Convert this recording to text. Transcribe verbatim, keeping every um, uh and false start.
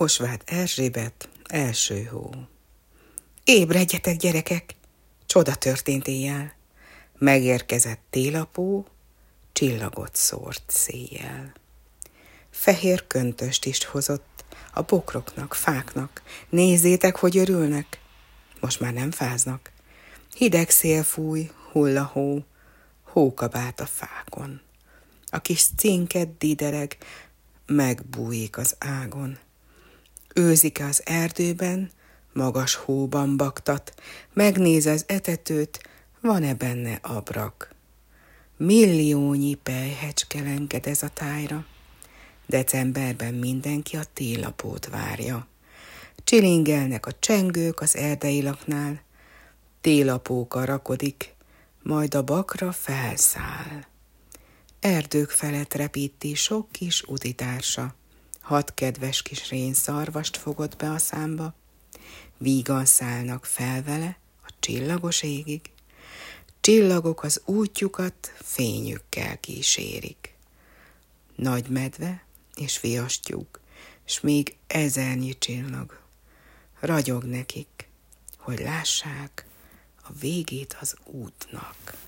Osváth Erzsébet, első hó. Ébredjetek, gyerekek! Csoda történt éjjel. Megérkezett télapó, csillagot szórt széjjel. Fehér köntöst is hozott a bokroknak, fáknak. Nézzétek, hogy örülnek. Most már nem fáznak. Hideg szél fúj, hull a hó, hókabát a fákon. A kis cinked didereg, megbújik az ágon. Őzike az erdőben, magas hóban baktat, megnéz az etetőt, van-e benne abrak. Milliónyi pelyhecske lenged ez a tájra. Decemberben mindenki a télapót várja. Csilingelnek a csengők az erdeilaknál, télapóka rakodik, majd a bakra felszáll. Erdők felett repíti sok kis utitársa, hat kedves kis rénszarvast fogott be a számba, vígan szállnak fel vele a csillagos égig, csillagok az útjukat fényükkel kísérik. Nagy medve és viastyúk, s még ezernyi csillag ragyog nekik, hogy lássák a végét az útnak.